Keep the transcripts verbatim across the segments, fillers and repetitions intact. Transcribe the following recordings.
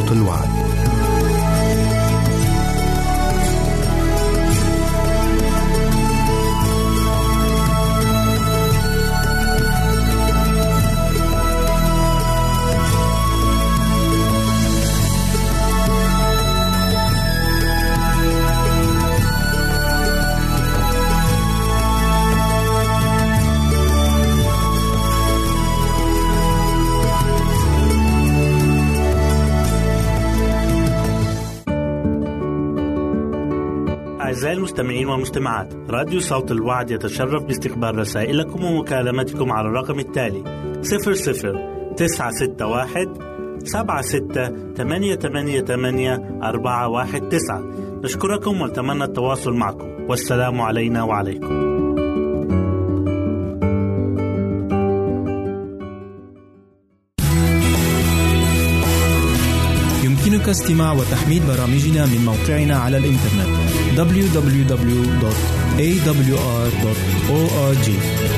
صوت الوعد. أعزائي المستمعين والمستمعات، راديو صوت الوعد يتشرف باستقبال رسائلكم ومكالمتكم على الرقم التالي صفر صفر تسعة ستة واحد سبعة ستة ثمانية ثمانية ثمانية أربعة واحد تسعة. نشكركم ونتمنى التواصل معكم، والسلام علينا وعليكم. يمكنك استماع وتحميل برامجنا من موقعنا على الإنترنت دبليو دبليو دبليو دوت إيه دبليو آر دوت أو آر جي.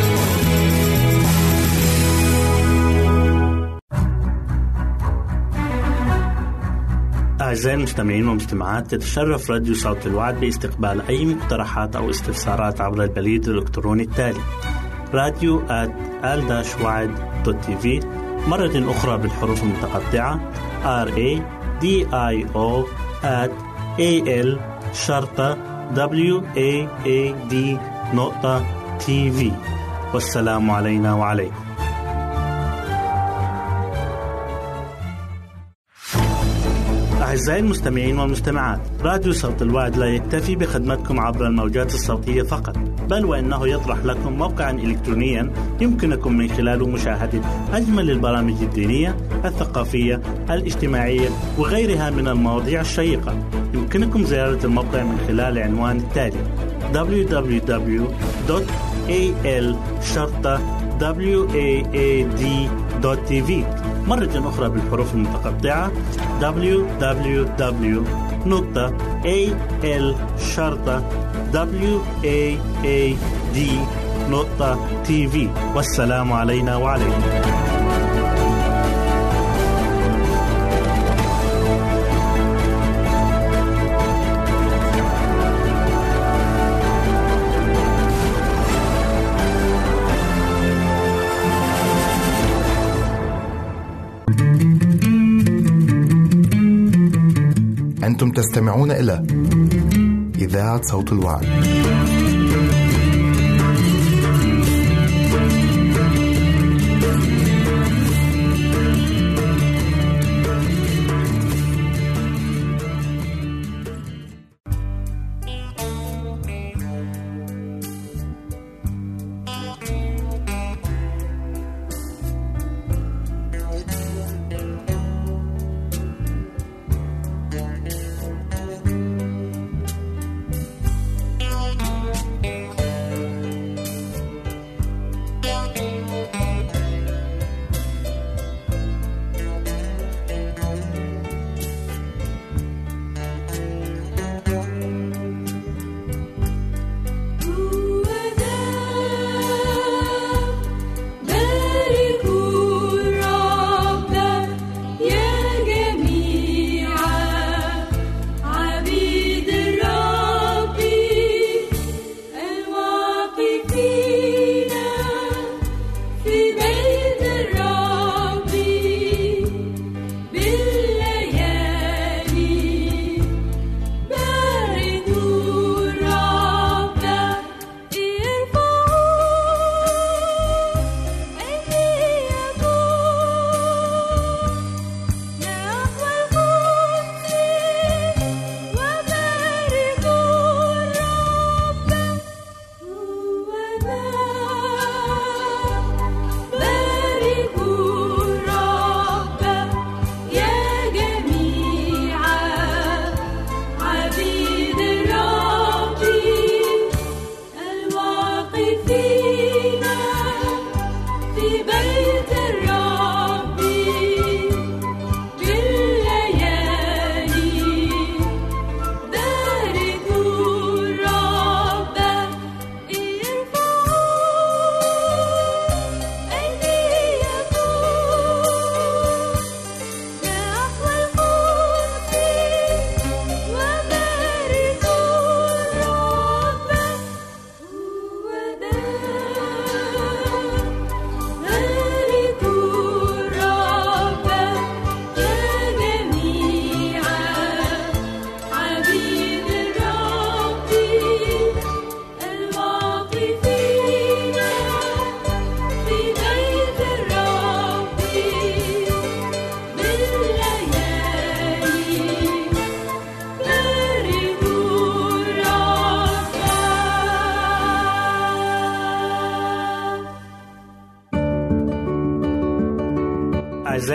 أعزائي المستمعين والمستمعات، تتشرف راديو صوت الوعد باستقبال أي مقترحات أو استفسارات عبر البريد الإلكتروني التالي راديو آت آل وعد دوت تي في، مرة أخرى بالحروف المتقطعة R A D I O at A L شرطة W A A D نقطة تي في. والسلام علينا وعليكم. أعزائي المستمعين والمستمعات، راديو صوت الوعد لا يكتفي بخدمتكم عبر الموجات الصوتية فقط، بل وإنه يطرح لكم موقعا إلكترونيا يمكنكم من خلاله مشاهدة أجمل البرامج الدينية، الثقافية، الاجتماعية وغيرها من المواضيع الشيقة. يمكنكم زيارة الموقع من خلال العنوان التالي دبليو دبليو دبليو دوت إيه إل شرطة W A A D دوت تي في، مرة أخرى بالحروف المتقطعة دبليو دبليو دبليو دوت إيه إل شرطة W A A D دوت تي في. والسلام علينا وعليكم. أنتم تستمعون إلى إذاعة صوت الوعد.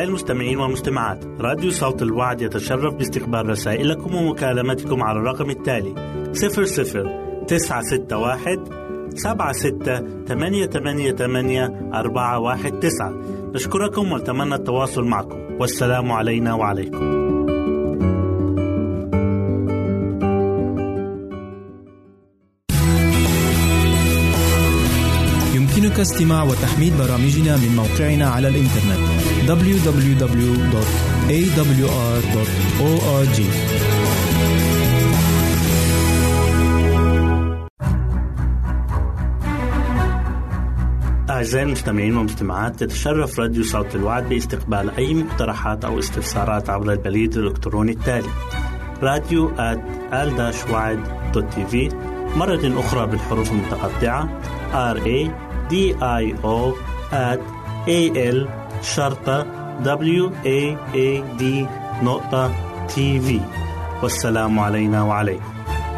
أعزائي المستمعين والمستمعات، راديو صوت الوعد يتشرف باستقبال رسائلكم ومكالمتكم على الرقم التالي صفر صفر تسعة ستة واحد سبعة ستة ثمانية ثمانية ثمانية أربعة واحد تسعة. نشكركم ونتمنى التواصل معكم، والسلام علينا وعليكم. يمكنك استماع وتحميل برامجنا من موقعنا على الإنترنت دبليو دبليو دبليو دوت إيه دبليو آر دوت أو آر جي. أعزائي المستمعين والمستمعات، تتشرف راديو صوت الوعد باستقبال أي مقترحات أو استفسارات عبر البريد الإلكتروني التالي راديو آت آل وعد دوت تي في، مرة أخرى بالحروف المتقطعة R A D I O at A L شرطة W A A D نقطة تي في. والسلام علينا وعليكم.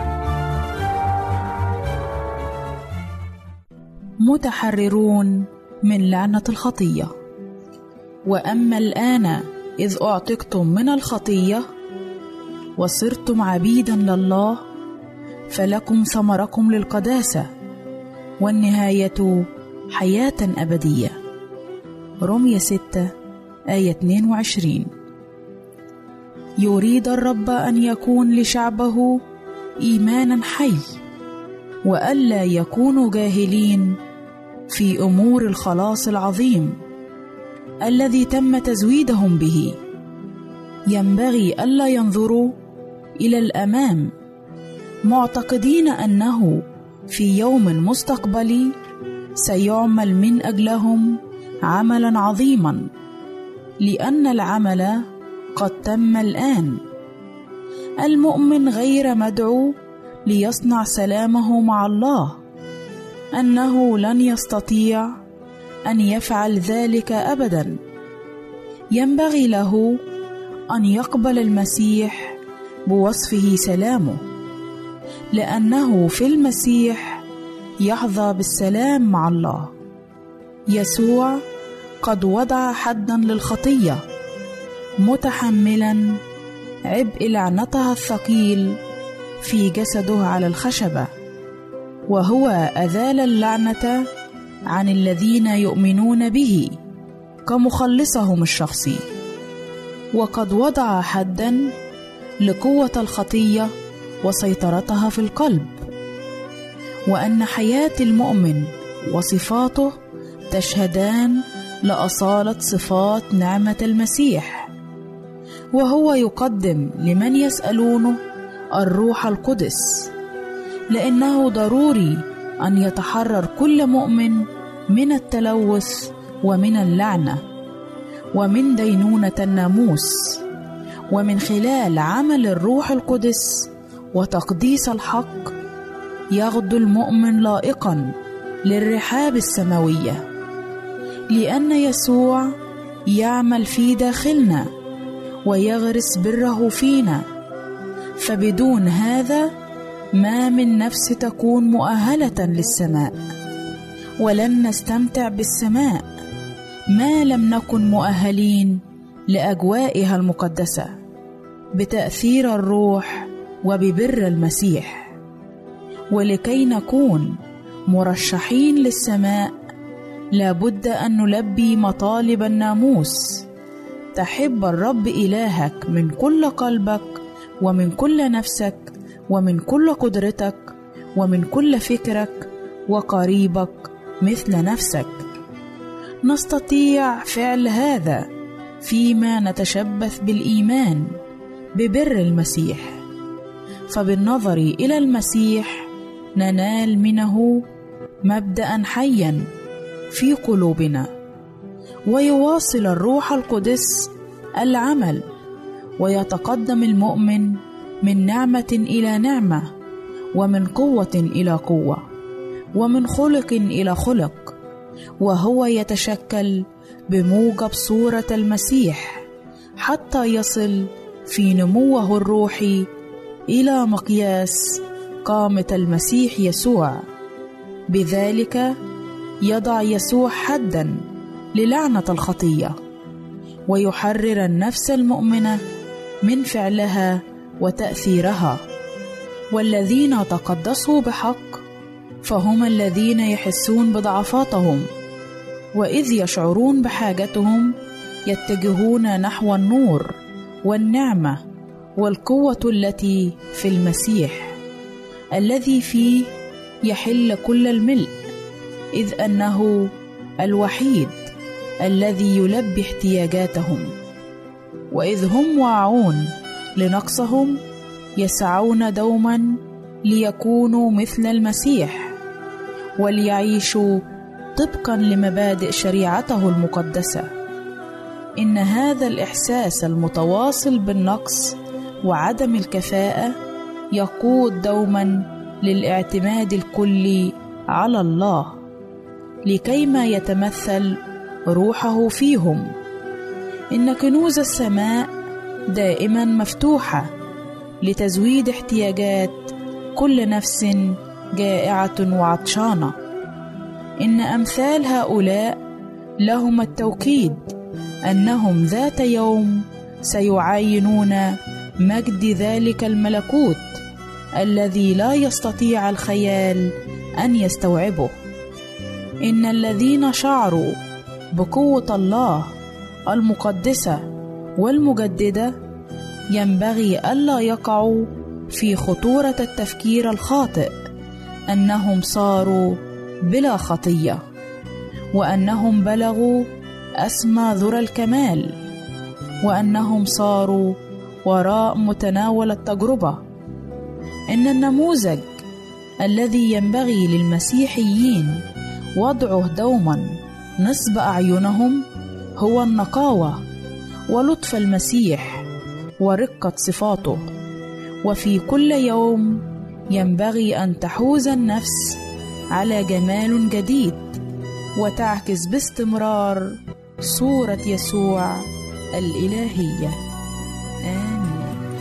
متحررون من لعنة الخطية. وأما الآن إذ أعتقتم من الخطية وصرتم عبيدا لله، فلكم ثمركم للقداسة، والنهاية حياة أبدية. رمية ستة آية اثنين وعشرين. يريد الرب أن يكون لشعبه إيمانا حي، وألا يكونوا جاهلين في أمور الخلاص العظيم الذي تم تزويدهم به. ينبغي ألا ينظروا إلى الأمام معتقدين أنه في يوم مستقبلي سيعمل من أجلهم عملا عظيما، لأن العمل قد تم الآن. المؤمن غير مدعو ليصنع سلامه مع الله، أنه لن يستطيع أن يفعل ذلك أبدا. ينبغي له أن يقبل المسيح بوصفه سلامه، لأنه في المسيح يحظى بالسلام مع الله. يسوع قد وضع حدا للخطية، متحملا عبء لعنتها الثقيل في جسده على الخشبة، وهو أزال اللعنة عن الذين يؤمنون به كمخلصهم الشخصي. وقد وضع حدا لقوة الخطية وسيطرتها في القلب، وأن حياة المؤمن وصفاته تشهدان لأصالة صفات نعمة المسيح. وهو يقدم لمن يسألونه الروح القدس، لأنه ضروري أن يتحرر كل مؤمن من التلوث ومن اللعنة ومن دينونة الناموس، ومن خلال عمل الروح القدس وتقديس الحق يغدو المؤمن لائقا للرحاب السماوية، لأن يسوع يعمل في داخلنا ويغرس بره فينا. فبدون هذا ما من نفس تكون مؤهلة للسماء، ولن نستمتع بالسماء ما لم نكن مؤهلين لأجوائها المقدسة بتأثير الروح وببر المسيح. ولكي نكون مرشحين للسماء لابد أن نلبي مطالب الناموس: تحب الرب إلهك من كل قلبك ومن كل نفسك ومن كل قدرتك ومن كل فكرك، وقريبك مثل نفسك. نستطيع فعل هذا فيما نتشبث بالإيمان ببر المسيح، فبالنظر إلى المسيح ننال منه مبدأ حيا في قلوبنا. ويواصل الروح القدس العمل، ويتقدم المؤمن من نعمة إلى نعمة، ومن قوة إلى قوة، ومن خلق إلى خلق، وهو يتشكل بموجب صورة المسيح حتى يصل في نموه الروحي إلى مقياس قامة المسيح يسوع. بذلك يضع يسوع حدا للعنة الخطية، ويحرر النفس المؤمنة من فعلها وتأثيرها. والذين تقدسوا بحق فهم الذين يحسون بضعفاتهم، وإذ يشعرون بحاجتهم يتجهون نحو النور والنعمة والقوة التي في المسيح، الذي فيه يحل كل الملء، إذ أنه الوحيد الذي يلبي احتياجاتهم. وإذ هم واعون لنقصهم يسعون دوما ليكونوا مثل المسيح، وليعيشوا طبقا لمبادئ شريعته المقدسة. إن هذا الإحساس المتواصل بالنقص وعدم الكفاءة يقود دوما للاعتماد الكلي على الله، لكيما يتمثل روحه فيهم. إن كنوز السماء دائما مفتوحة لتزويد احتياجات كل نفس جائعة وعطشانة. إن أمثال هؤلاء لهم التوكيد أنهم ذات يوم سيعاينون مجد ذلك الملكوت الذي لا يستطيع الخيال أن يستوعبه. إن الذين شعروا بقوة الله المقدسة والمجددة ينبغي ألا يقعوا في خطورة التفكير الخاطئ أنهم صاروا بلا خطية، وأنهم بلغوا أسمى ذرى الكمال، وأنهم صاروا وراء متناول التجربة. إن النموذج الذي ينبغي للمسيحيين وضعه دوما نصب أعينهم هو النقاوة ولطف المسيح ورقة صفاته. وفي كل يوم ينبغي أن تحوز النفس على جمال جديد وتعكس باستمرار صورة يسوع الإلهية. آمين.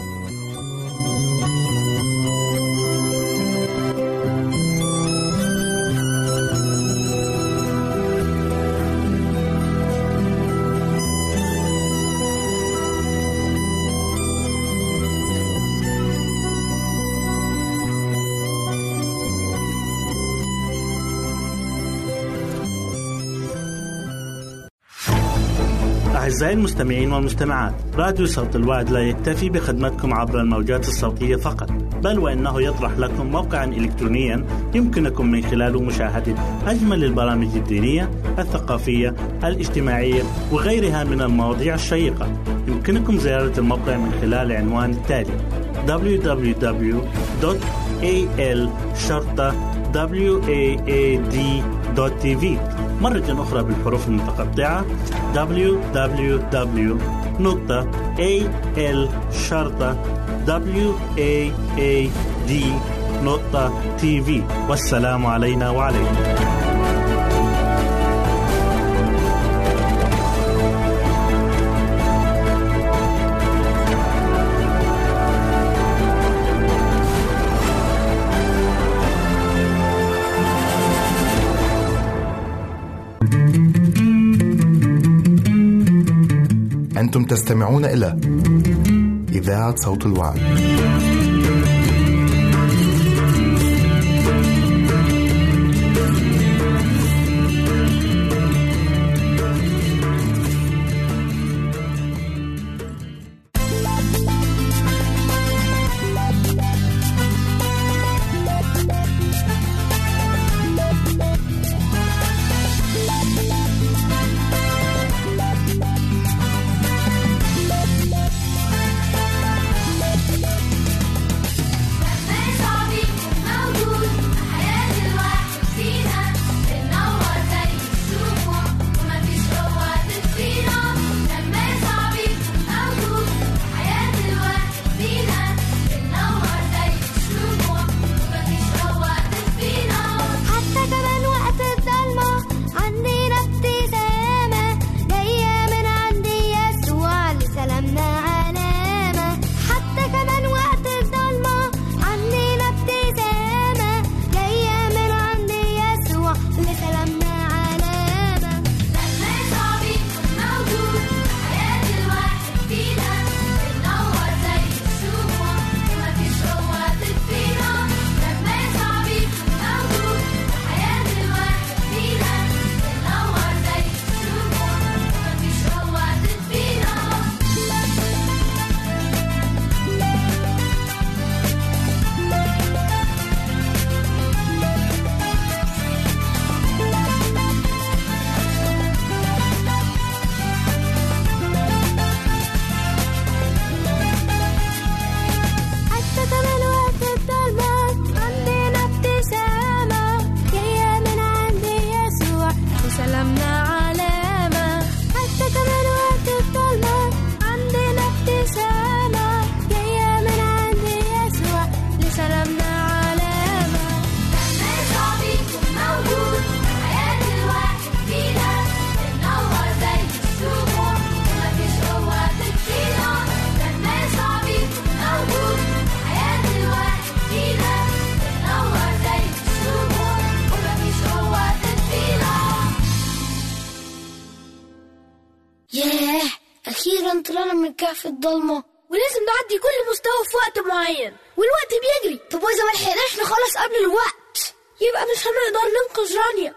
أعزائي المستمعين والمستمعات، راديو صوت الوعد لا يكتفي بخدمتكم عبر الموجات الصوتية فقط، بل وإنه يطرح لكم موقعا إلكترونيا يمكنكم من خلاله مشاهدة أجمل البرامج الدينية، الثقافية، الاجتماعية وغيرها من المواضيع الشيقة. يمكنكم زيارة الموقع من خلال العنوان التالي دبليو دبليو دبليو دوت إيه إل شرطة واد دوت تي في. مرة أخرى بالحروف المتقطعة دبليو دبليو دبليو دوت إيه إل شرطة واد دوت تي في. والسلام علينا وعليكم. أنتم تستمعون إلى إذاعة صوت الوعد. طلعنا من كهف الضلمة، ولازم نعدي كل مستوى في وقت معين، والوقت بيجري. طب وإذا ما لحقناش نخلص قبل الوقت يبقى مش هنقدر ننقذ رانيا.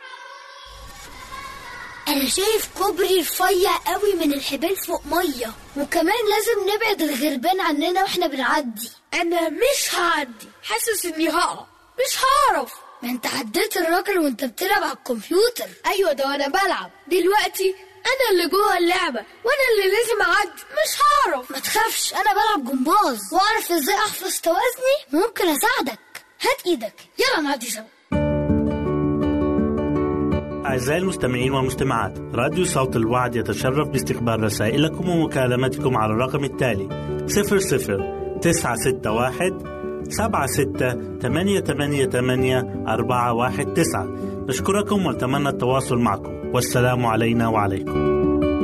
أنا شايف كوبري رفيع قوي من الحبال فوق مية، وكمان لازم نبعد الغربان عننا واحنا بنعدي. أنا مش هعدي، حاسس إني هقع، مش هعرف. ما انت عديت الراجل وانت بتلعب على الكمبيوتر. أيوة ده وانا بلعب. دلوقتي أنا اللي جوه اللعبة وأنا اللي لازم أعدي، مش هعرف. ما تخافش، أنا بلعب جمباز وأعرف إزاي أحفظ توازني، ممكن أساعدك. هات إيدك يلا نعدي سوا. أعزائي المستمعين والمستمعات، راديو صوت الوعد يتشرف باستقبال رسائلكم ومكالمتكم على الرقم التالي صفر صفر تسعة ستة واحد سبعة ستة ثمانية ثمانية ثمانية أربعة واحد تسعة. نشكركم ونتمنى التواصل معكم، والسلام علينا وعليكم.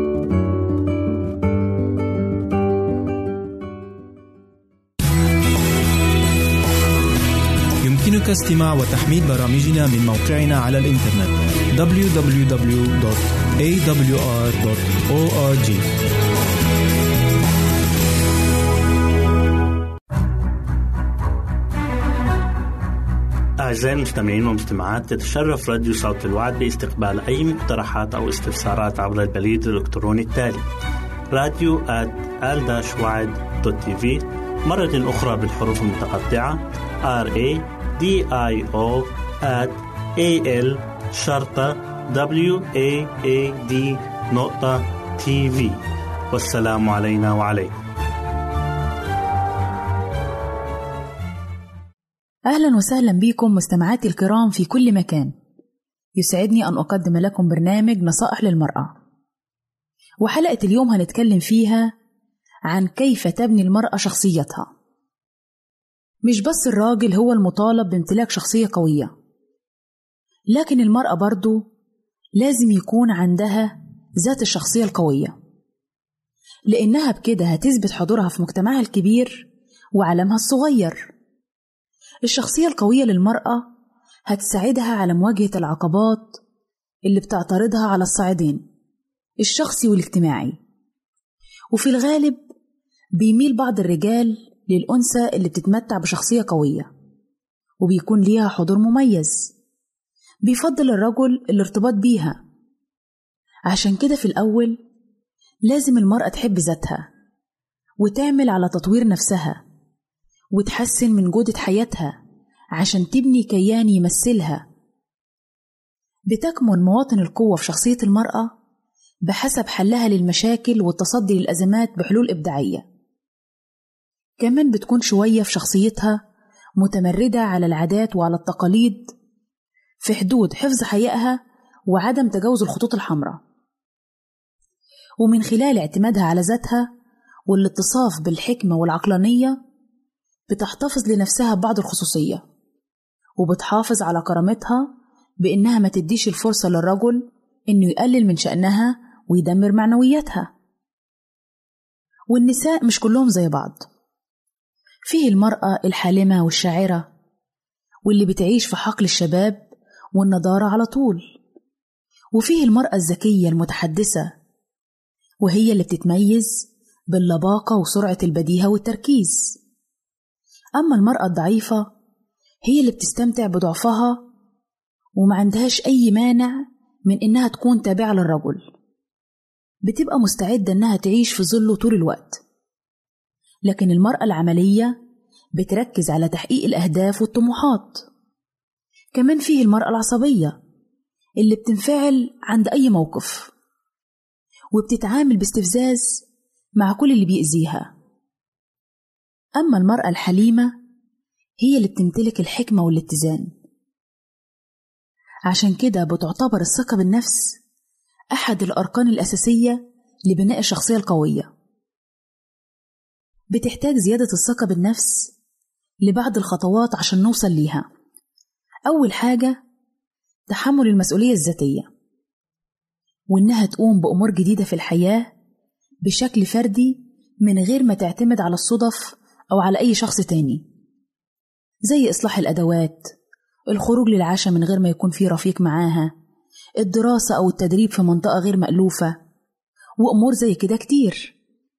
يمكنك استماع وتحميل برامجنا من موقعنا على الإنترنت دبليو دبليو دبليو دوت إيه دبليو آر دوت أو آر جي. أعزائي المستمعين والمستمعات، تتشرف راديو صوت الوعد باستقبال أي مقترحات أو استفسارات عبر البريد الإلكتروني التالي راديو آت آل وعد دوت تي في، مرة أخرى بالحروف المتقطعة R A D I O at A L شرطة W A A D نقطة تي في. والسلام علينا وعليكم. أهلا وسهلا بكم مستمعاتي الكرام في كل مكان. يسعدني أن أقدم لكم برنامج نصائح للمرأة، وحلقة اليوم هنتكلم فيها عن كيف تبني المرأة شخصيتها. مش بس الراجل هو المطالب بامتلاك شخصية قوية، لكن المرأة برضو لازم يكون عندها ذات الشخصية القوية، لأنها بكده هتثبت حضورها في مجتمعها الكبير وعالمها الصغير. الشخصية القوية للمرأة هتساعدها على مواجهة العقبات اللي بتعترضها على الصعيدين الشخصي والاجتماعي. وفي الغالب بيميل بعض الرجال للأنثى اللي بتتمتع بشخصية قوية وبيكون ليها حضور مميز، بيفضل الرجل الارتباط بيها. عشان كده في الأول لازم المرأة تحب ذاتها وتعمل على تطوير نفسها وتحسن من جودة حياتها عشان تبني كيان يمثلها. بتكمن مواطن القوة في شخصية المرأة بحسب حلها للمشاكل والتصدي للأزمات بحلول إبداعية. كمان بتكون شوية في شخصيتها متمردة على العادات وعلى التقاليد في حدود حفظ حيائها وعدم تجاوز الخطوط الحمراء. ومن خلال اعتمادها على ذاتها والاتصاف بالحكمة والعقلانية بتحتفظ لنفسها ببعض الخصوصية، وبتحافظ على كرامتها بإنها ما تديش الفرصة للرجل إنه يقلل من شأنها ويدمر معنوياتها. والنساء مش كلهم زي بعض، فيه المرأة الحالمة والشاعرة واللي بتعيش في حقل الشباب والنضارة على طول، وفيه المرأة الذكية المتحدثة وهي اللي بتتميز باللباقة وسرعة البديهة والتركيز. أما المرأة الضعيفة هي اللي بتستمتع بضعفها وما عندهاش أي مانع من إنها تكون تابعة للرجل، بتبقى مستعدة إنها تعيش في ظله طول الوقت. لكن المرأة العملية بتركز على تحقيق الأهداف والطموحات. كمان فيه المرأة العصبية اللي بتنفعل عند أي موقف وبتتعامل باستفزاز مع كل اللي بيأذيها. أما المرأة الحليمة هي اللي بتمتلك الحكمة والاتزان. عشان كده بتعتبر الثقة بالنفس أحد الأركان الأساسية لبناء الشخصية القوية. بتحتاج زيادة الثقة بالنفس لبعض الخطوات عشان نوصل ليها. أول حاجة تحمل المسؤولية الذاتية، وإنها تقوم بأمور جديدة في الحياة بشكل فردي من غير ما تعتمد على الصدف أو على أي شخص تاني، زي إصلاح الأدوات، الخروج للعشاء من غير ما يكون في رفيق معاها، الدراسة أو التدريب في منطقة غير مألوفة، وأمور زي كده كتير.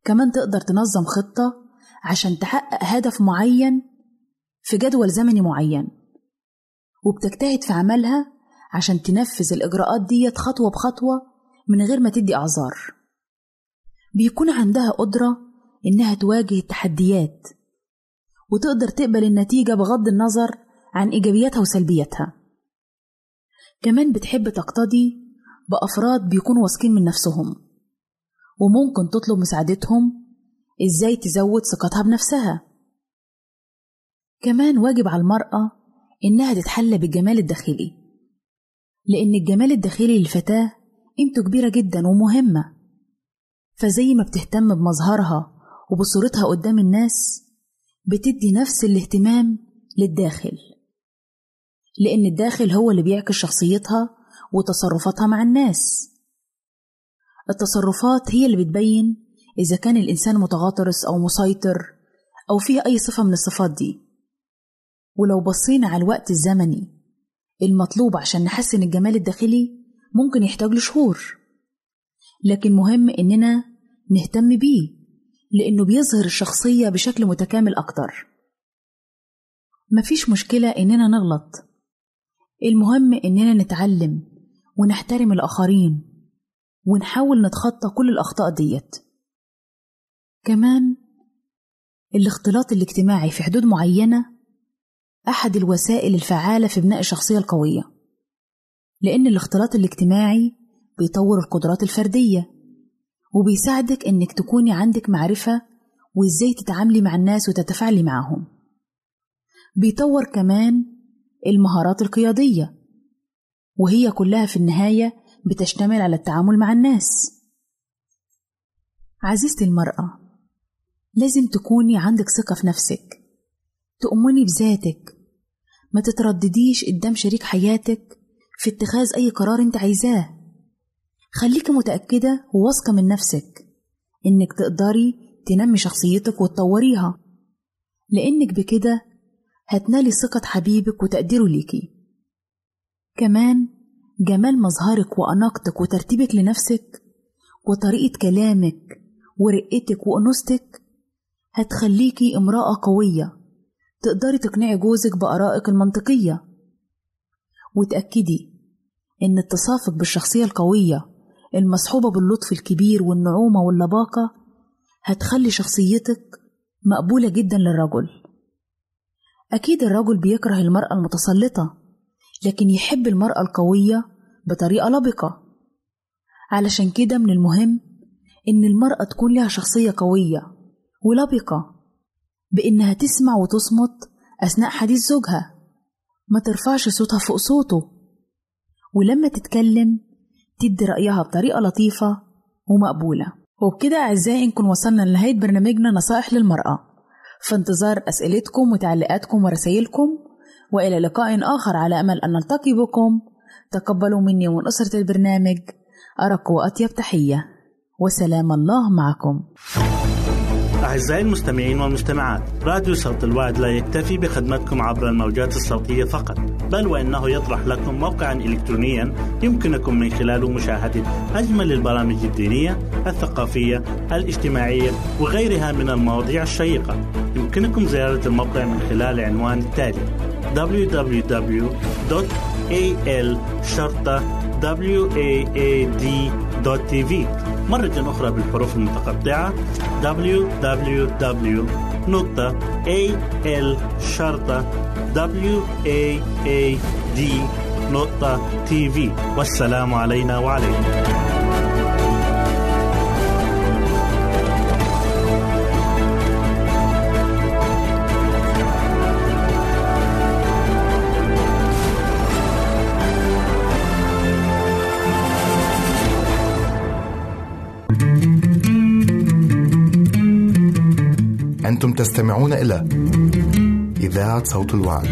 كمان تقدر تنظم خطة عشان تحقق هدف معين في جدول زمني معين، وبتجتهد في عملها عشان تنفذ الإجراءات دي خطوة بخطوة من غير ما تدي أعذار. بيكون عندها قدرة إنها تواجه التحديات وتقدر تقبل النتيجة بغض النظر عن إيجابياتها وسلبياتها. كمان بتحب تقتدي بأفراد بيكونوا واثقين من نفسهم، وممكن تطلب مساعدتهم إزاي تزود ثقتها بنفسها. كمان واجب على المرأة إنها تتحلى بالجمال الداخلي، لأن الجمال الداخلي للفتاة قيمته كبيرة جدا ومهمة. فزي ما بتهتم بمظهرها وبصورتها قدام الناس، بتدي نفس الاهتمام للداخل، لأن الداخل هو اللي بيعكس شخصيتها وتصرفاتها مع الناس. التصرفات هي اللي بتبين إذا كان الإنسان متغاطرس أو مسيطر أو فيه أي صفة من الصفات دي. ولو بصينا على الوقت الزمني المطلوب عشان نحسن الجمال الداخلي ممكن يحتاج لشهور، لكن مهم إننا نهتم بيه لأنه بيظهر الشخصية بشكل متكامل أكتر. مفيش مشكلة إننا نغلط، المهم إننا نتعلم ونحترم الآخرين ونحاول نتخطى كل الأخطاء ديت. كمان الاختلاط الاجتماعي في حدود معينة أحد الوسائل الفعالة في بناء الشخصية القوية، لأن الاختلاط الاجتماعي بيطور القدرات الفردية وبيساعدك إنك تكوني عندك معرفة وإزاي تتعاملي مع الناس وتتفاعلي معهم. بيطور كمان المهارات القيادية، وهي كلها في النهاية بتشتمل على التعامل مع الناس. عزيزتي المرأة، لازم تكوني عندك ثقة في نفسك، تؤمني بذاتك، ما تتردديش قدام شريك حياتك في اتخاذ أي قرار انت عايزاه. خليكي متأكدة وواثقة من نفسك إنك تقدري تنمي شخصيتك وتطوريها، لأنك بكده هتنالي ثقة حبيبك وتقديره ليكي. كمان جمال مظهرك وأناقتك وترتيبك لنفسك وطريقة كلامك ورقتك وأنوثتك هتخليكي امرأة قوية تقدري تقنعي جوزك بآرائك المنطقية. وتأكدي إن اتصافك بالشخصية القوية المصحوبة باللطف الكبير والنعومة واللباقة هتخلي شخصيتك مقبولة جدا للرجل. أكيد الرجل بيكره المرأة المتسلطة، لكن يحب المرأة القوية بطريقة لبقة. علشان كده من المهم إن المرأة تكون لها شخصية قوية ولبقة، بإنها تسمع وتصمت أثناء حديث زوجها، ما ترفعش صوتها فوق صوته، ولما تتكلم تدي رأيها بطريقة لطيفة ومقبولة. وبكده أعزائي نكون وصلنا لنهاية برنامجنا نصائح للمرأة، في انتظار أسئلتكم وتعليقاتكم ورسائلكم، وإلى لقاء آخر على أمل أن نلتقي بكم. تقبلوا مني ومن أسرة البرنامج أرق وأطيب تحية، وسلام الله معكم. أعزائي المستمعين والمستمعات، راديو صوت الوعد لا يكتفي بخدمتكم عبر الموجات الصوتية فقط، بل وإنه يطرح لكم موقعا إلكترونيا يمكنكم من خلاله مشاهدة أجمل البرامج الدينية، الثقافية، الاجتماعية وغيرها من المواضيع الشيقة. يمكنكم زيارة الموقع من خلال العنوان التالي دبليو دبليو دبليو دوت إيه إل شرطة واد دوت تي في. مرة أخرى بالحروف المتقطعة دبليو دبليو دبليو دوت إيه إل شرطة واد دوت تي في. والسلام علينا وعليكم. أنتم تستمعون إلى إذاعة صوت الوعد.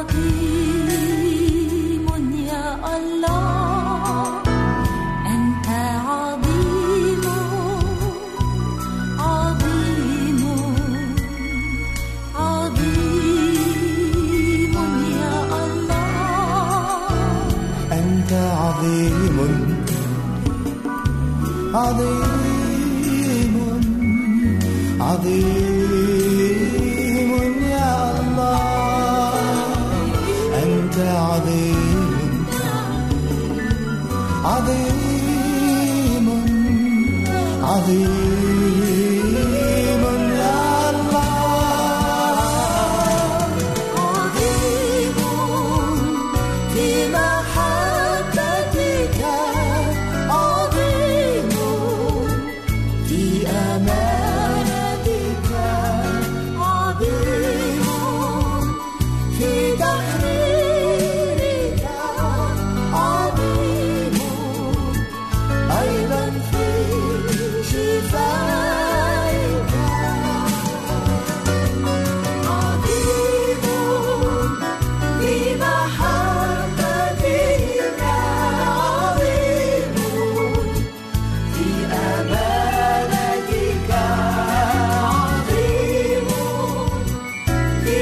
عظيم يا الله، أنت عظيم عظيم عظيم يا الله، أنت عظيم عظيم عظيم يا الله، أنت عظيم عظيم عظيم يا الله، عظيم في محبتك، عظيم في أمانتك، عظيم في تحريرك، عظيم أيضا في شفائك، عظيم في محبتك، عظيم في أمانتك، عظيم في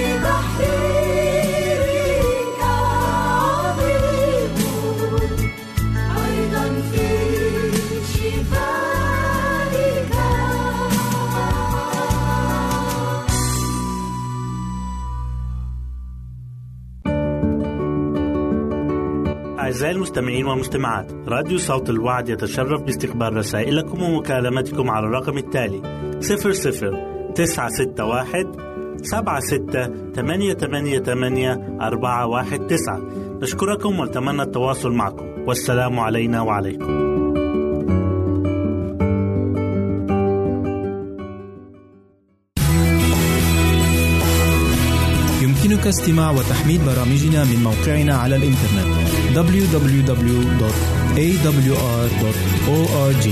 تحريرك، عظيم أيضا في شفائك. أعزائي المستمعين والمستمعات، راديو صوت الوعد يتشرف باستقبال رسائلكم ومكالمتكم على الرقم التالي صفر صفر تسعة ستة واحد سبعة ستة ثمانية ثمانية ثمانية أربعة واحد تسعة. نشكركم ونتمنى التواصل معكم، والسلام علينا وعليكم. يمكنك استماع وتحميل برامجنا من موقعنا على الإنترنت دبليو دبليو دبليو دوت إيه دبليو آر دوت أو آر جي.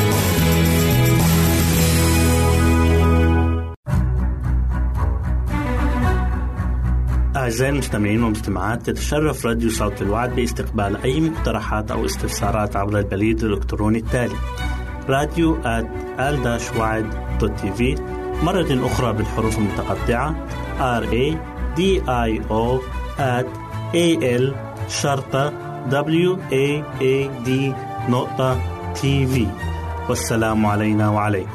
أعزائي المستمعين والمستمعات، تتشرف راديو صوت الوعد باستقبال أي مقترحات أو استفسارات عبر البريد الإلكتروني التالي راديو آت آل وعد دوت تي في، مرة أخرى بالحروف المتقطعة R A D I O at A L شرطة W A A D نقطة تي في. والسلام علينا وعليكم.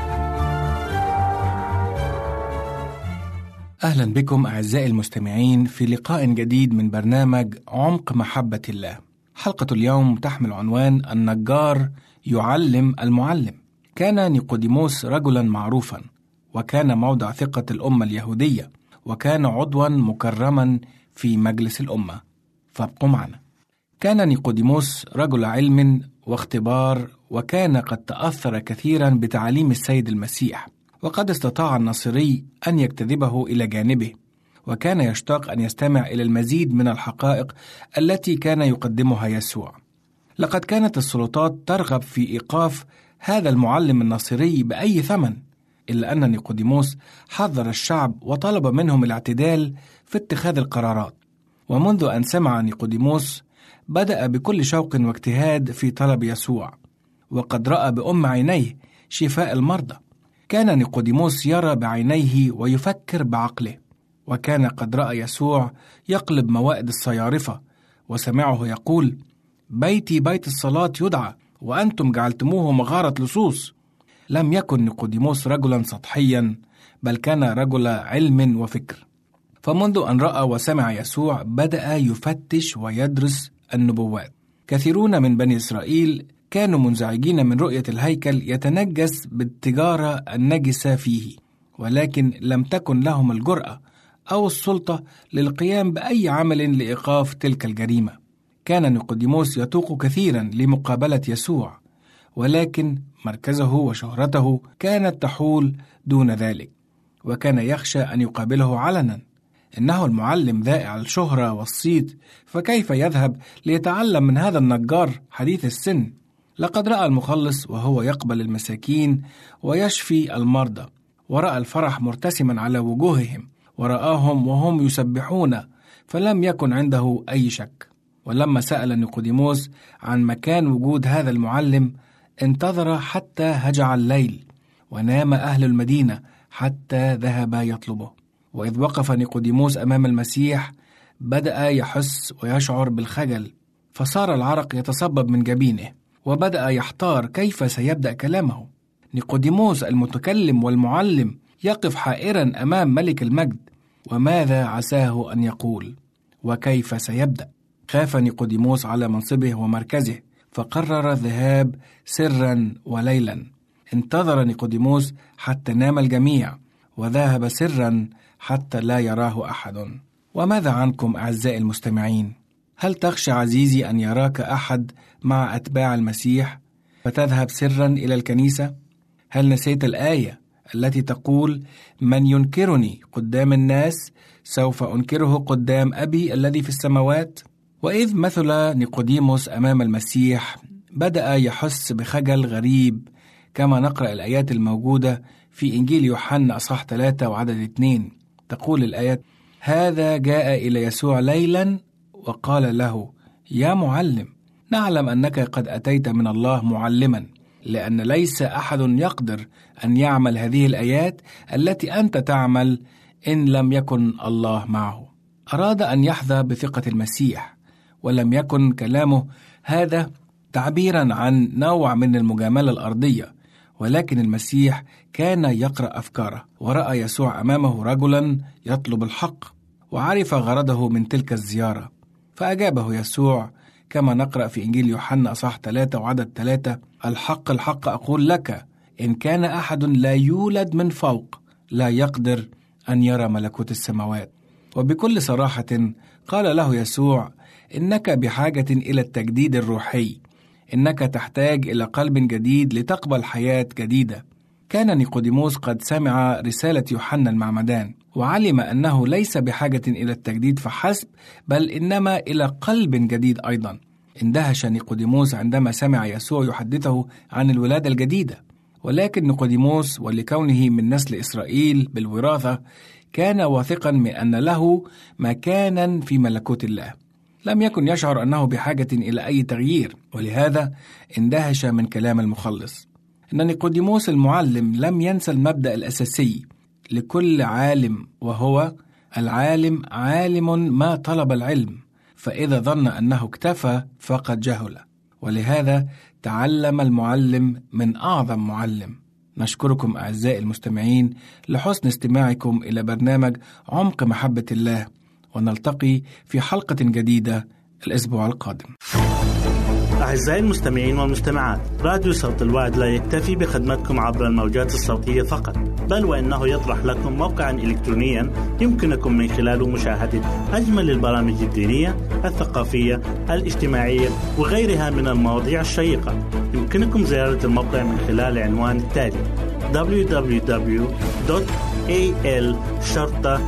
أهلا بكم أعزائي المستمعين في لقاء جديد من برنامج عمق محبة الله. حلقة اليوم تحمل عنوان النجار يعلم المعلم. كان نيقوديموس رجلا معروفا، وكان موضع ثقة الأمة اليهودية، وكان عضوا مكرما في مجلس الأمة. فابقوا معنا. كان نيقوديموس رجل علم واختبار، وكان قد تأثر كثيرا بتعاليم السيد المسيح، وقد استطاع الناصري أن يجتذبه إلى جانبه، وكان يشتاق أن يستمع إلى المزيد من الحقائق التي كان يقدمها يسوع. لقد كانت السلطات ترغب في إيقاف هذا المعلم الناصري بأي ثمن، إلا أن نيقوديموس حذر الشعب وطلب منهم الاعتدال في اتخاذ القرارات. ومنذ أن سمع نيقوديموس بدأ بكل شوق واجتهاد في طلب يسوع، وقد رأى بأم عينيه شفاء المرضى. كان نيقوديموس يرى بعينيه ويفكر بعقله، وكان قد رأى يسوع يقلب موائد الصيارفة، وسمعه يقول: بيتي بيت الصلاة يدعى وأنتم جعلتموه مغارة لصوص. لم يكن نيقوديموس رجلا سطحيا، بل كان رجل علم وفكر. فمنذ أن رأى وسمع يسوع بدأ يفتش ويدرس النبوات. كثيرون من بني إسرائيل كانوا منزعجين من رؤية الهيكل يتنجس بالتجارة النجسة فيه، ولكن لم تكن لهم الجرأة أو السلطة للقيام بأي عمل لإيقاف تلك الجريمة. كان نيقوديموس يتوق كثيرا لمقابلة يسوع، ولكن مركزه وشهرته كانت تحول دون ذلك، وكان يخشى أن يقابله علنا. إنه المعلم ذائع الشهرة والصيت، فكيف يذهب ليتعلم من هذا النجار حديث السن؟ لقد رأى المخلص وهو يقبل المساكين ويشفي المرضى، ورأى الفرح مرتسما على وجوههم، ورآهم وهم يسبحون فلم يكن عنده أي شك. ولما سأل نيقوديموس عن مكان وجود هذا المعلم انتظر حتى هجع الليل، ونام أهل المدينة حتى ذهب يطلبه. وإذ وقف نيقوديموس أمام المسيح بدأ يحس ويشعر بالخجل، فصار العرق يتصبب من جبينه، وبدأ يحتار كيف سيبدأ كلامه. نيقوديموس المتكلم والمعلم يقف حائرا أمام ملك المجد، وماذا عساه أن يقول وكيف سيبدأ؟ خاف نيقوديموس على منصبه ومركزه، فقرر الذهاب سرا وليلا. انتظر نيقوديموس حتى نام الجميع، وذهب سرا حتى لا يراه أحد. وماذا عنكم أعزائي المستمعين؟ هل تخشى عزيزي أن يراك أحد مع أتباع المسيح فتذهب سرا إلى الكنيسة؟ هل نسيت الآية التي تقول: من ينكرني قدام الناس سوف أنكره قدام أبي الذي في السماوات؟ وإذ مثل نيقوديموس أمام المسيح بدأ يحس بخجل غريب، كما نقرأ الآيات الموجودة في إنجيل يوحنا أصحاح ثلاثة وعدد اثنين. تقول الآيات: هذا جاء إلى يسوع ليلا وقال له: يا معلم، نعلم أنك قد أتيت من الله معلما، لأن ليس أحد يقدر أن يعمل هذه الآيات التي أنت تعمل إن لم يكن الله معه. أراد أن يحظى بثقة المسيح، ولم يكن كلامه هذا تعبيرا عن نوع من المجاملة الأرضية، ولكن المسيح كان يقرأ أفكاره، ورأى يسوع أمامه رجلا يطلب الحق، وعرف غرضه من تلك الزيارة، فأجابه يسوع كما نقرأ في إنجيل يوحنا أصحاح ثلاثة وعدد ثلاثة: الحق الحق أقول لك، إن كان أحد لا يولد من فوق لا يقدر أن يرى ملكوت السماوات. وبكل صراحة قال له يسوع: إنك بحاجة إلى التجديد الروحي، إنك تحتاج إلى قلب جديد لتقبل حياة جديدة. كان نيقوديموس قد سمع رسالة يوحنا المعمدان، وعلم أنه ليس بحاجة إلى التجديد فحسب، بل إنما إلى قلب جديد أيضا. اندهش نيقوديموس عندما سمع يسوع يحدثه عن الولادة الجديدة، ولكن نيقوديموس ولكونه من نسل إسرائيل بالوراثة كان واثقا من أن له مكانا في ملكوت الله، لم يكن يشعر أنه بحاجة إلى أي تغيير، ولهذا اندهش من كلام المخلص. إن نيقوديموس المعلم لم ينسى المبدأ الأساسي لكل عالم، وهو العالم عالم ما طلب العلم، فإذا ظن أنه اكتفى فقد جهل، ولهذا تعلم المعلم من أعظم معلم. نشكركم أعزائي المستمعين لحسن استماعكم إلى برنامج عمق محبة الله، ونلتقي في حلقة جديدة الأسبوع القادم. أعزائي المستمعين والمستمعات، راديو صوت الوعد لا يكتفي بخدمتكم عبر الموجات الصوتية فقط، بل وإنه يطرح لكم موقعا إلكترونيا يمكنكم من خلاله مشاهدة أجمل البرامج الدينية، الثقافية، الاجتماعية وغيرها من المواضيع الشيقة. يمكنكم زيارة الموقع من خلال العنوان التالي: دبليو دبليو دبليو دوت إيه إل شرطة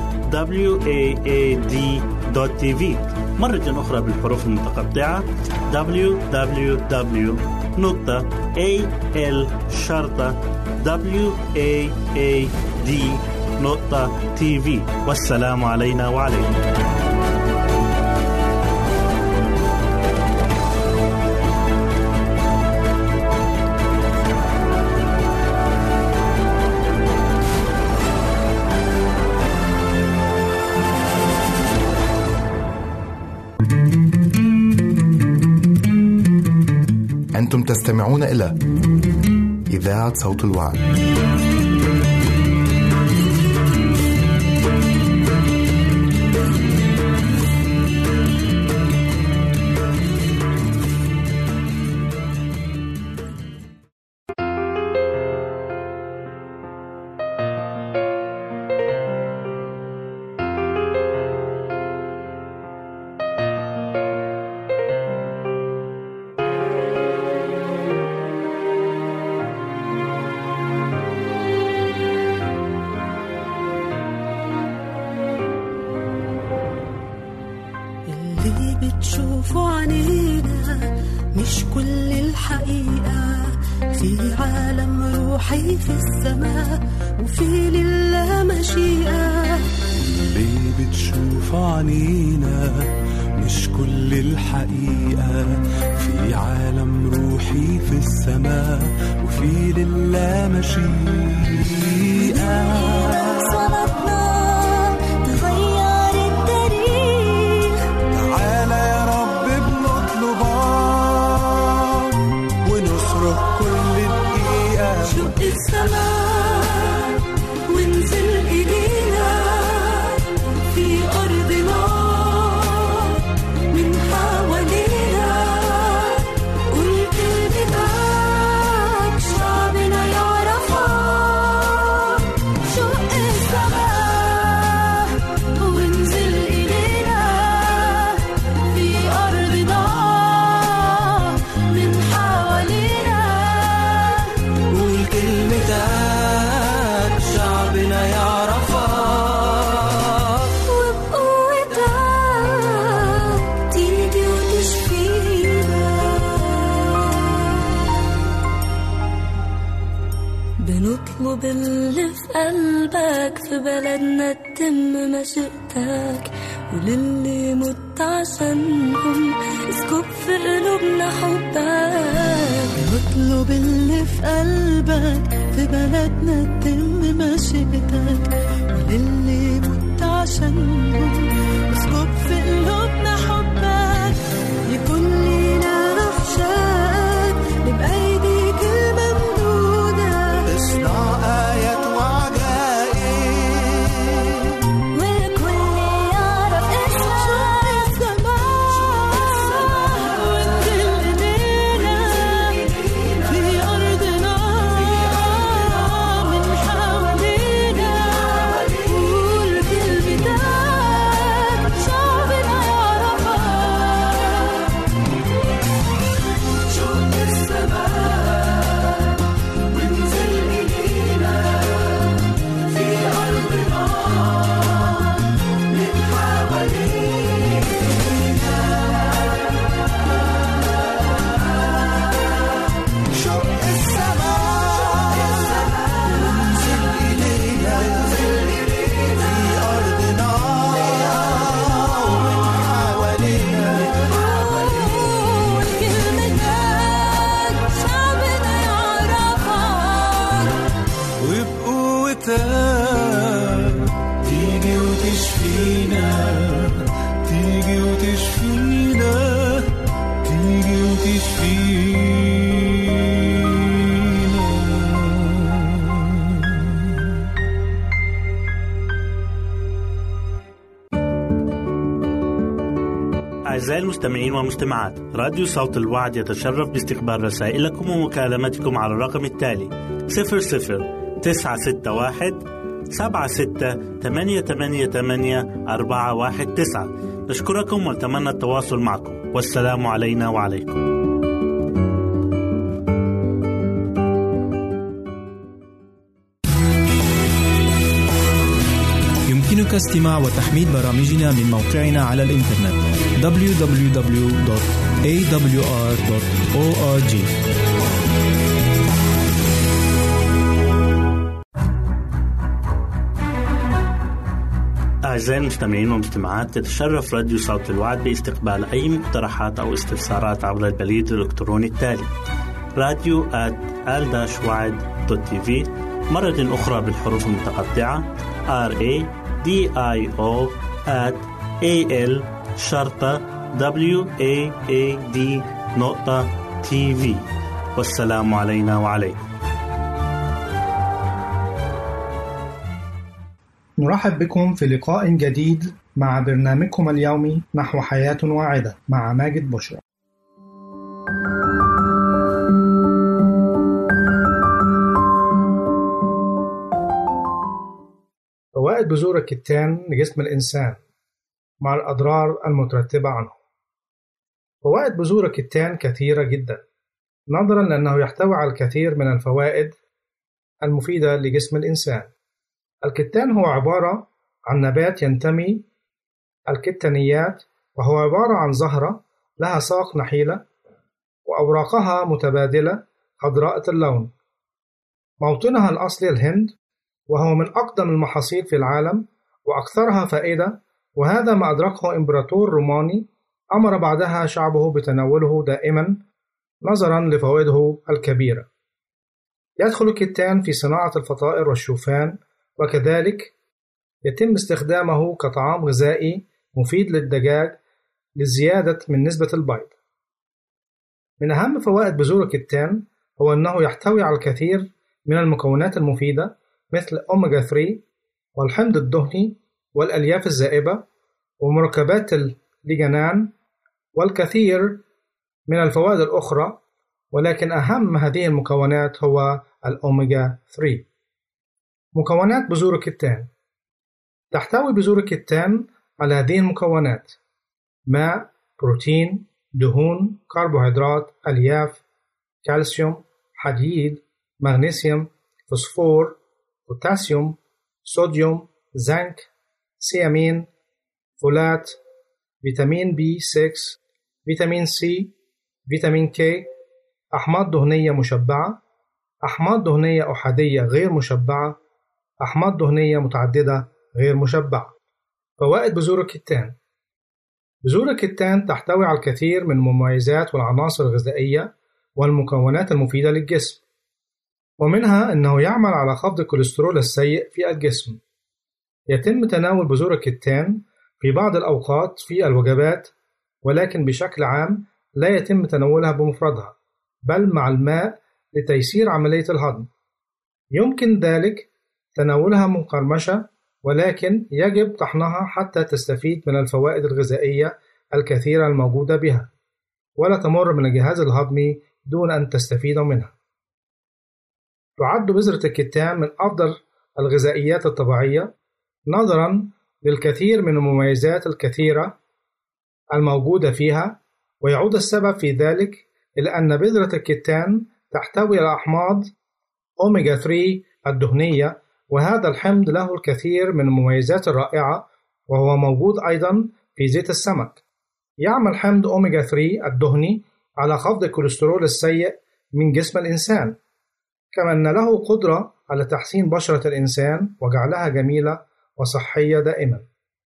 واد دوت تي في. مرة أخرى بالحروف المتقطعة: دبليو دبليو دبليو دوت إيه إل شرطة واد دوت تي في. والسلام علينا وعليكم. أنتم تستمعون إلى إذاعة صوت الوعد. بتشوفوا عنينا مش كل الحقيقة، في عالم روحي في السماء وفي لله مشيئة. اللي بتشوف عنينا مش كل الحقيقة. في عالم روحي في السماء وفي لله مشيئة. صلاتنا تغير التاريخ. تعالى يا رب بنطلبك ونصرخ كل دقيقة. شق السماء وانزل إلينا في أرضنا من حوالينا. قول كلمتك شعبنا يعرفك. شق السماء وانزل إلينا في أرضنا من حوالينا. قول كلمتك شعبنا يعرفك. وبقوتك تيجي وتشفينا. بنطلب اللي في قلبك في بلدنا تتم مشيئتك. وللي مت عشانهم اسكب في قلوبنا حبك. بنطلب اللي في قلبك في بلدنا تتم مشيئتك. وللي مت عشانهم اسكب في قلوبنا حبك. يكون لينا رحشات نبقى ايديك الممدودة. اصنع آيات وعجائب والكل يعرف اسمك. وانزل إلينا في أرضنا من حوالينا. قول كلمتك شعبنا يعرفك. شق السماء وانزل إلينا في أرضنا من حوالينا. شق السماء وانزل إلينا في أرضنا ومن حوالينا. قول كلمتك شعبنا يعرفك. وبقوتك تيجي وتشفينا. تيجي وتشفينا. تيجي وتشفينا. أعزائي المستمعين والمستمعات، راديو صوت الوعد يتشرف باستقبال رسائلكم ومكالمتكم على الرقم التالي صفر صفر تسعة ستة واحد سبعة ستة ثمانية ثمانية ثمانية أربعة واحد تسعة. نشكركم ونتمنى التواصل معكم، والسلام علينا وعليكم. يمكنك استماع وتحميل برامجنا من موقعنا على الإنترنت دبليو دبليو دبليو دوت إيه دبليو آر دوت أو آر جي. أعزائي المستمعين والمستمعات، يتشرف راديو صوت الوعد باستقبال أي مقترحات أو استفسارات عبر البريد الإلكتروني التالي راديو آت آل وعد دوت تي في، مرة أخرى بالحروف المتقطعة R A D I O at A L شرطة W A A D نقطة تي في. والسلام علينا وعليكم. نرحب بكم في لقاء جديد مع برنامجكم اليومي نحو حياة واعدة مع ماجد بشرى. فوائد بذور الكتان لجسم الإنسان مع الأضرار المترتبة عنه. فوائد بذور الكتان كثيرة جدا، نظرا لأنه يحتوي على الكثير من الفوائد المفيدة لجسم الإنسان. الكتان هو عبارة عن نبات ينتمي الكتانيات، وهو عبارة عن زهرة لها ساق نحيلة وأوراقها متبادلة خضراء اللون. موطنها الأصلي الهند، وهو من أقدم المحاصيل في العالم وأكثرها فائدة، وهذا ما أدركه إمبراطور روماني أمر بعدها شعبه بتناوله دائما نظرا لفوائده الكبيرة. يدخل الكتان في صناعة الفطائر والشوفان، وكذلك يتم استخدامه كطعام غذائي مفيد للدجاج للزيادة من نسبة البيض. من أهم فوائد بذور الكتان هو أنه يحتوي على الكثير من المكونات المفيدة مثل أوميجا ثلاثة والحمض الدهني والألياف الزائبة ومركبات الليجنان والكثير من الفوائد الأخرى، ولكن أهم هذه المكونات هو الأوميجا ثلاثة. مكونات بذور الكتان: تحتوي بذور الكتان على هذه المكونات: ماء، بروتين، دهون، كربوهيدرات، ألياف، كالسيوم، حديد، مغنيسيوم، فوسفور، بوتاسيوم، صوديوم، زنك، سيامين، فولات، فيتامين بي ستة، فيتامين سي، فيتامين كي، أحماض دهنية مشبعة، أحماض دهنية أحادية غير مشبعة، أحماض دهنية متعددة غير مشبعة. فوائد بذور الكتان: بذور الكتان تحتوي على الكثير من المميزات والعناصر الغذائية والمكونات المفيدة للجسم، ومنها أنه يعمل على خفض الكوليسترول السيء في الجسم. يتم تناول بذور الكتان في بعض الأوقات في الوجبات، ولكن بشكل عام لا يتم تناولها بمفردها بل مع الماء لتيسير عملية الهضم. يمكن ذلك تناولها مقرمشة، ولكن يجب طحنها حتى تستفيد من الفوائد الغذائية الكثيرة الموجودة بها، ولا تمر من الجهاز الهضمي دون أن تستفيد منها. تعد بذرة الكتان من أفضل الغذائيات الطبيعية نظرا للكثير من المميزات الكثيرة الموجودة فيها، ويعود السبب في ذلك إلى أن بذرة الكتان تحتوي على أحماض أوميجا ثلاثة الدهنية، وهذا الحمض له الكثير من المميزات الرائعة، وهو موجود أيضا في زيت السمك. يعمل حمض أوميجا ثلاثة الدهني على خفض الكوليسترول السيء من جسم الإنسان، كما أن له قدرة على تحسين بشرة الإنسان وجعلها جميلة وصحية دائما.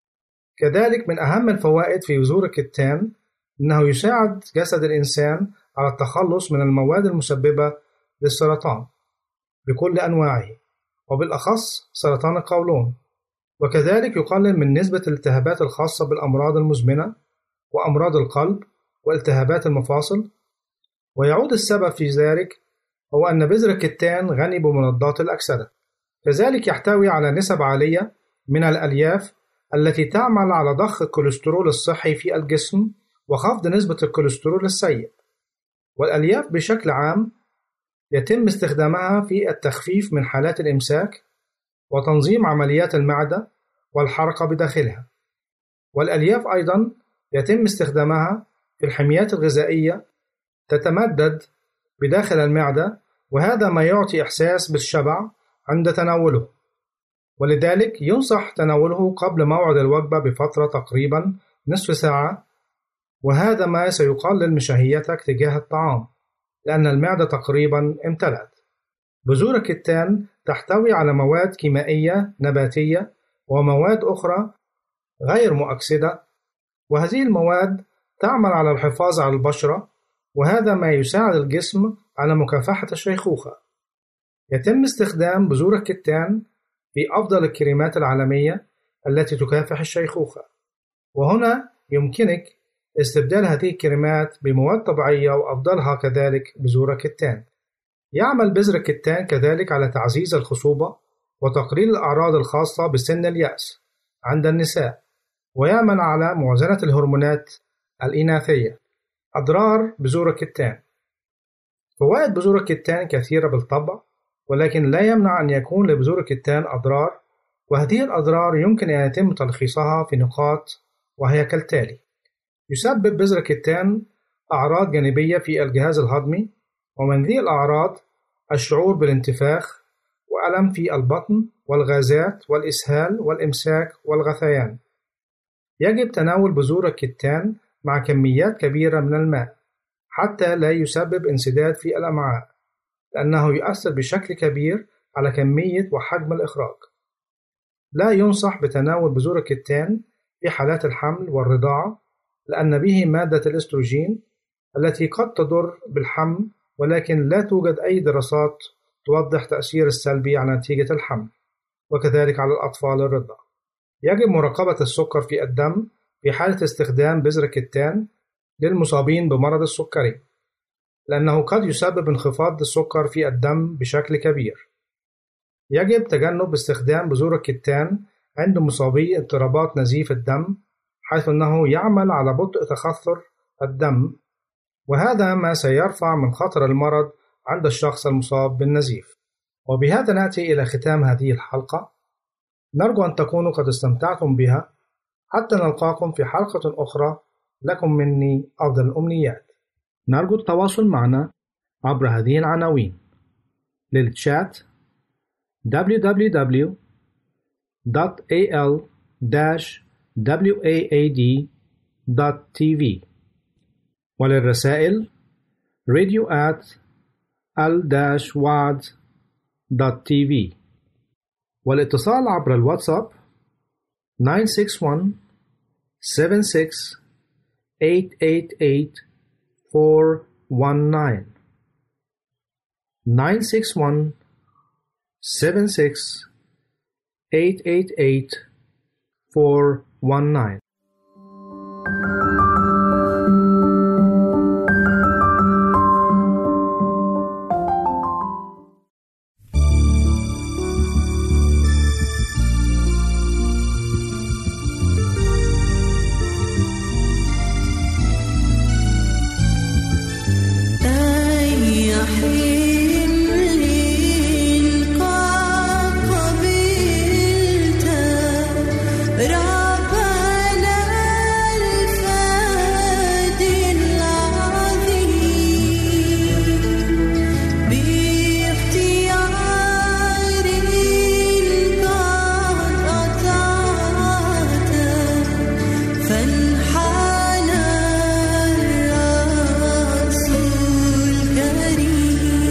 كذلك من أهم الفوائد في بذور الكتان أنه يساعد جسد الإنسان على التخلص من المواد المسببة للسرطان بكل أنواعه، وبالأخص سرطان القولون، وكذلك يقلل من نسبة الالتهابات الخاصة بالأمراض المزمنة وأمراض القلب والتهابات المفاصل. ويعود السبب في ذلك هو أن بذر الكتان غني بمضادات الأكسدة. كذلك يحتوي على نسب عالية من الألياف التي تعمل على ضخ الكوليسترول الصحي في الجسم وخفض نسبة الكوليسترول السيء. والألياف بشكل عام يتم استخدامها في التخفيف من حالات الإمساك وتنظيم عمليات المعدة والحركة بداخلها. والألياف أيضا يتم استخدامها في الحميات الغذائية تتمدد بداخل المعدة، وهذا ما يعطي إحساس بالشبع عند تناوله، ولذلك ينصح تناوله قبل موعد الوجبة بفترة تقريبا نصف ساعة، وهذا ما سيقلل من شهيتك تجاه الطعام لأن المعدة تقريبا امتلأت. بذور الكتان تحتوي على مواد كيميائية نباتية ومواد أخرى غير مؤكسدة، وهذه المواد تعمل على الحفاظ على البشرة، وهذا ما يساعد الجسم على مكافحة الشيخوخة. يتم استخدام بذور الكتان في أفضل الكريمات العالمية التي تكافح الشيخوخة، وهنا يمكنك استبدال هذه الكريمات بمواد طبيعية وأفضلها كذلك بذور الكتان. يعمل بذر الكتان كذلك على تعزيز الخصوبة وتقليل الأعراض الخاصة بسن اليأس عند النساء، ويعمل على موازنة الهرمونات الإناثية. أضرار بذور الكتان: فوائد بذور الكتان كثيرة بالطبع، ولكن لا يمنع أن يكون لبذور الكتان أضرار، وهذه الأضرار يمكن أن يتم تلخيصها في نقاط وهي كالتالي: يسبب بذر الكتان أعراض جانبية في الجهاز الهضمي، ومن ذي الأعراض الشعور بالانتفاخ وألم في البطن والغازات والإسهال والإمساك والغثيان. يجب تناول بذور الكتان مع كميات كبيرة من الماء حتى لا يسبب انسداد في الأمعاء، لأنه يؤثر بشكل كبير على كمية وحجم الإخراج. لا ينصح بتناول بذور الكتان في حالات الحمل والرضاعة، لأن به مادة الأستروجين التي قد تضر بالحمل، ولكن لا توجد أي دراسات توضح تأثير السلبي على نتيجة الحمل، وكذلك على الأطفال الرضع. يجب مراقبة السكر في الدم في حالة استخدام بذر الكتان للمصابين بمرض السكري، لأنه قد يسبب انخفاض السكر في الدم بشكل كبير. يجب تجنب استخدام بذور الكتان عند مصابي اضطرابات نزيف الدم، حيث أنه يعمل على بطء تخثر الدم، وهذا ما سيرفع من خطر المرض عند الشخص المصاب بالنزيف. وبهذا نأتي إلى ختام هذه الحلقة. نرجو أن تكونوا قد استمتعتم بها. حتى نلقاكم في حلقة أخرى، لكم مني أفضل الأمنيات. نرجو التواصل معنا عبر هذه العناوين: للتشات دبليو دبليو دبليو دوت إيه إل واد دوت تي في، وللرسائل radio at ال واد دوت تي في، والاتصال عبر الواتساب nine six one seven six eight eight eight four one nine nine six one seven six eight eight eight four one nine. فانحنى الرسول كريم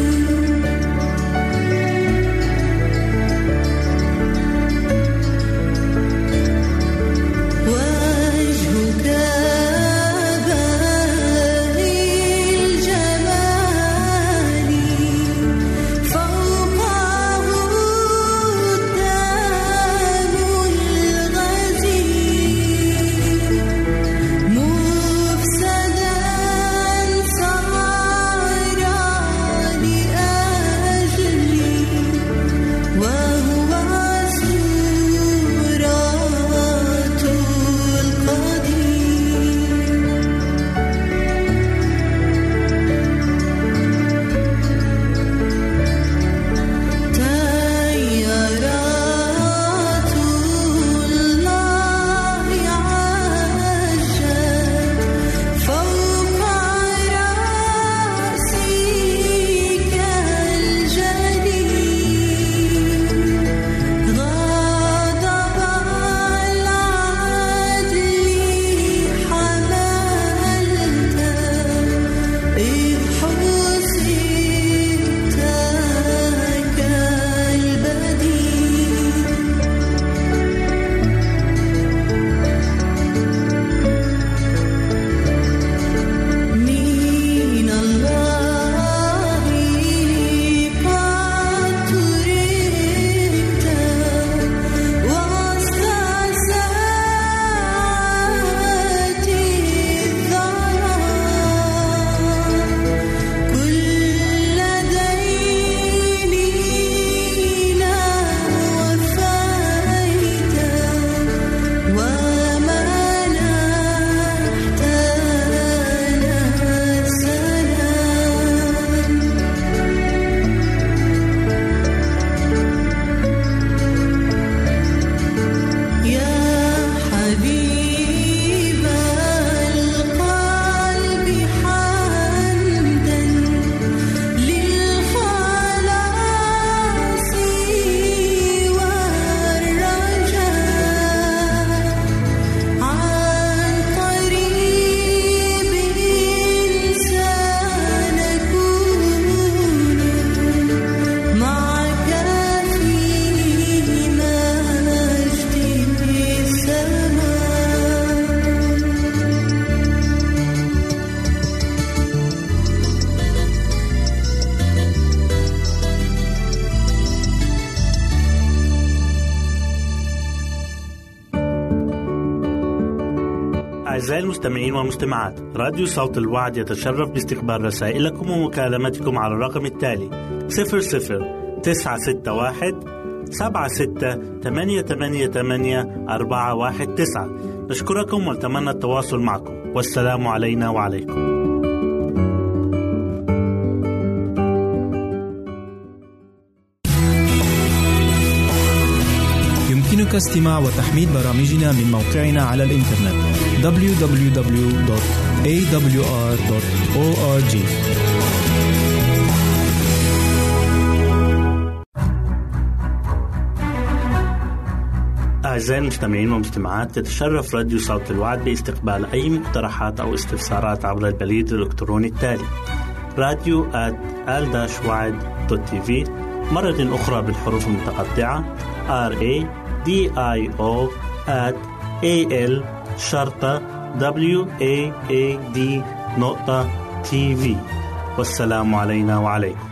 أعزائي المستمعين والمستمعات، راديو صوت الوعد يتشرف باستقبال رسائلكم ومكالمتكم على الرقم التالي صفر صفر تسعة ستة واحد سبعة ستة ثمانية ثمانية ثمانية أربعة واحد تسعة. نشكركم ونتمنى التواصل معكم، والسلام علينا وعليكم. يمكنك استماع وتحميل برامجنا من موقعنا على الإنترنت دبليو دبليو دبليو دوت إيه دبليو آر دوت أو آر جي. أعزائي المستمعين والمستمعات، تتشرف راديو صوت الوعد باستقبال أي مقترحات أو استفسارات عبر البريد الإلكتروني التالي راديو آت آل وعد دوت تي في، مرة أخرى بالحروف المتقطعة R A D I O at A L شرطة W A A D نقطة تي في. والسلام علينا وعليكم.